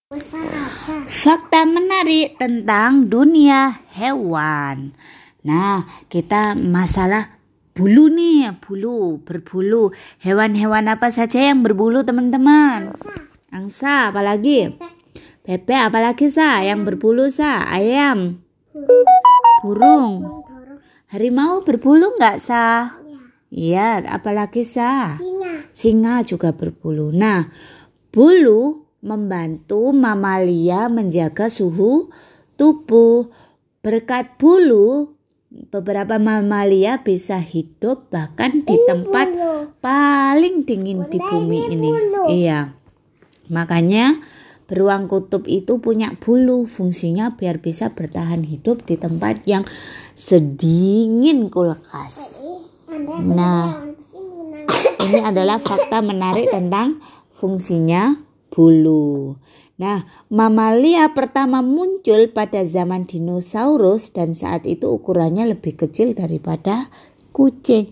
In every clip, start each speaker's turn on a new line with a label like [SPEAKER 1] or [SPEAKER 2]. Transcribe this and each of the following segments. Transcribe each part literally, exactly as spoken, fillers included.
[SPEAKER 1] Fakta menarik tentang dunia hewan. Nah, kita masalah bulu nih, bulu, berbulu. Hewan-hewan apa saja yang berbulu, teman-teman? Angsa, apalagi? Bebek, apalagi, Sa? Yang berbulu, Sa? Ayam. Burung. Harimau berbulu enggak, Sa? Iya, apalagi, Sa?
[SPEAKER 2] Singa.
[SPEAKER 1] Singa juga berbulu. Nah, bulu membantu mamalia menjaga suhu tubuh. Berkat bulu, beberapa mamalia bisa hidup bahkan di
[SPEAKER 2] Ini
[SPEAKER 1] tempat
[SPEAKER 2] bulu.
[SPEAKER 1] paling dingin di
[SPEAKER 2] Bunda,
[SPEAKER 1] bumi
[SPEAKER 2] ini
[SPEAKER 1] ini.
[SPEAKER 2] bulu.
[SPEAKER 1] Iya. Makanya beruang kutub itu punya bulu, fungsinya biar bisa bertahan hidup di tempat yang sedingin kulkas. Nah, ini adalah fakta menarik tentang fungsinya bulu. Nah, mamalia pertama muncul pada zaman dinosaurus dan saat itu ukurannya lebih kecil daripada kucing.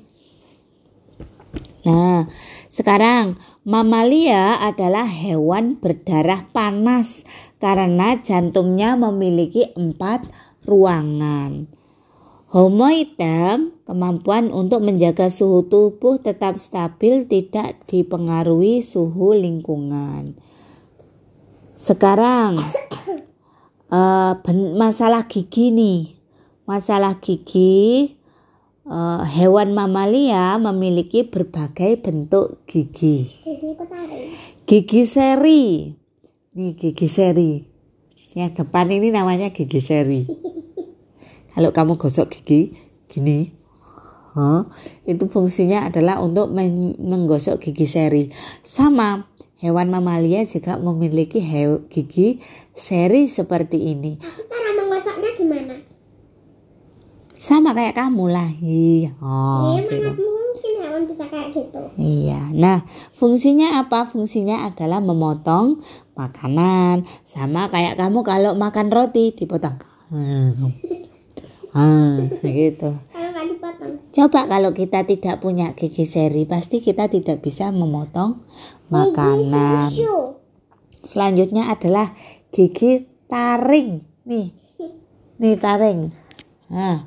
[SPEAKER 1] Nah, sekarang mamalia adalah hewan berdarah panas karena jantungnya memiliki empat ruangan. Homo hitam, kemampuan untuk menjaga suhu tubuh tetap stabil, tidak dipengaruhi suhu lingkungan. Sekarang uh, masalah gigi nih. Masalah gigi, uh, hewan mamalia memiliki berbagai bentuk gigi. Gigi seri. Nih gigi seri. Yang depan ini namanya gigi seri. Kalau kamu gosok gigi gini, huh, itu fungsinya adalah untuk men- menggosok gigi seri. Sama, hewan mamalia juga memiliki he- gigi seri seperti ini.
[SPEAKER 2] Tapi cara menggosoknya gimana?
[SPEAKER 1] Sama kayak kamu lah. Iya. Oh,
[SPEAKER 2] Eh,
[SPEAKER 1] gitu.
[SPEAKER 2] mana mungkin hewan bisa kayak gitu.
[SPEAKER 1] Iya. Nah, fungsinya apa? Fungsinya adalah memotong makanan. Sama kayak kamu kalau makan roti dipotong. Hmm. Ah, gitu.
[SPEAKER 2] Kalau nggak dipotong.
[SPEAKER 1] Coba kalau kita tidak punya gigi seri, pasti kita tidak bisa memotong makanan.
[SPEAKER 2] Gigi susu.
[SPEAKER 1] Selanjutnya adalah gigi taring. Nih, nih taring. Nah,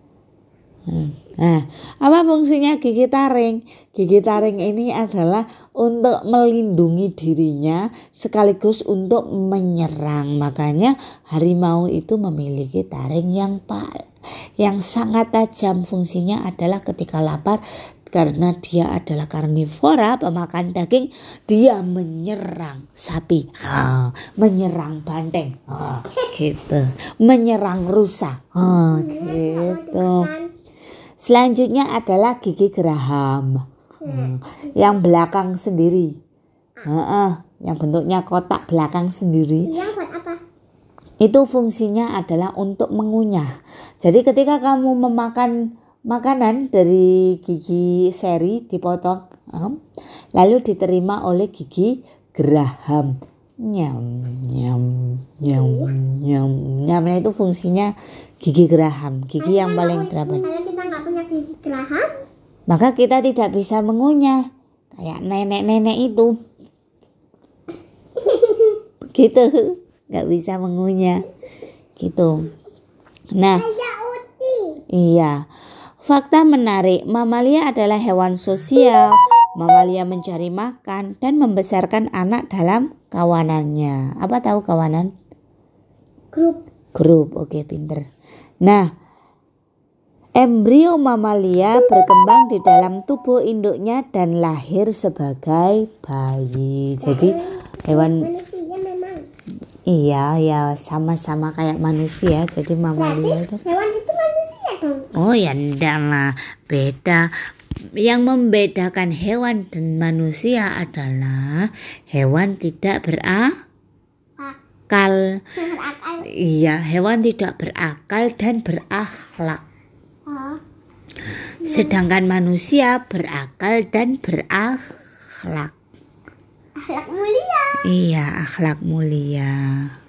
[SPEAKER 1] nah, apa fungsinya gigi taring? Gigi taring ini adalah untuk melindungi dirinya sekaligus untuk menyerang. Makanya harimau itu memiliki taring yang pa- yang sangat tajam. Fungsinya adalah ketika lapar, karena dia adalah karnivora, pemakan daging, dia menyerang sapi, ah, menyerang banteng, ah, gitu, menyerang rusa, ah, gitu. Selanjutnya adalah gigi geraham, hmm, yang belakang sendiri, uh, uh, yang bentuknya kotak belakang sendiri.
[SPEAKER 2] Iya, buat apa?
[SPEAKER 1] Itu fungsinya adalah untuk mengunyah. Jadi ketika kamu memakan makanan dari gigi seri dipotong, um, lalu diterima oleh gigi geraham. Nyam, nyam, nyam, nyam, nyam. Nah, itu fungsinya gigi geraham, gigi yang paling terapan.
[SPEAKER 2] Kalau kita nggak punya gigi geraham,
[SPEAKER 1] Maka kita tidak bisa mengunyah kayak nenek-nenek itu. Gitu, nggak bisa mengunyah. Gitu. Nah,
[SPEAKER 2] kayak uti.
[SPEAKER 1] iya. Fakta menarik, mamalia adalah hewan sosial. Mamalia mencari makan dan membesarkan anak dalam kawanannya. Apa tahu kawanan?
[SPEAKER 2] Grup.
[SPEAKER 1] Grup, oke, pinter. Nah, embrio mamalia berkembang di dalam tubuh induknya dan lahir sebagai bayi. Jadi hewan,
[SPEAKER 2] Manusia memang.
[SPEAKER 1] iya ya sama-sama kayak manusia. Jadi mamalia itu.
[SPEAKER 2] Berarti hewan itu manusia dong.
[SPEAKER 1] Oh ya enggak lah, beda. Yang membedakan hewan dan manusia adalah hewan tidak berakal.
[SPEAKER 2] Berakal.
[SPEAKER 1] Iya, hewan tidak berakal dan berakhlak.
[SPEAKER 2] Oh.
[SPEAKER 1] Sedangkan manusia berakal dan berakhlak.
[SPEAKER 2] Akhlak mulia.
[SPEAKER 1] Iya, akhlak mulia.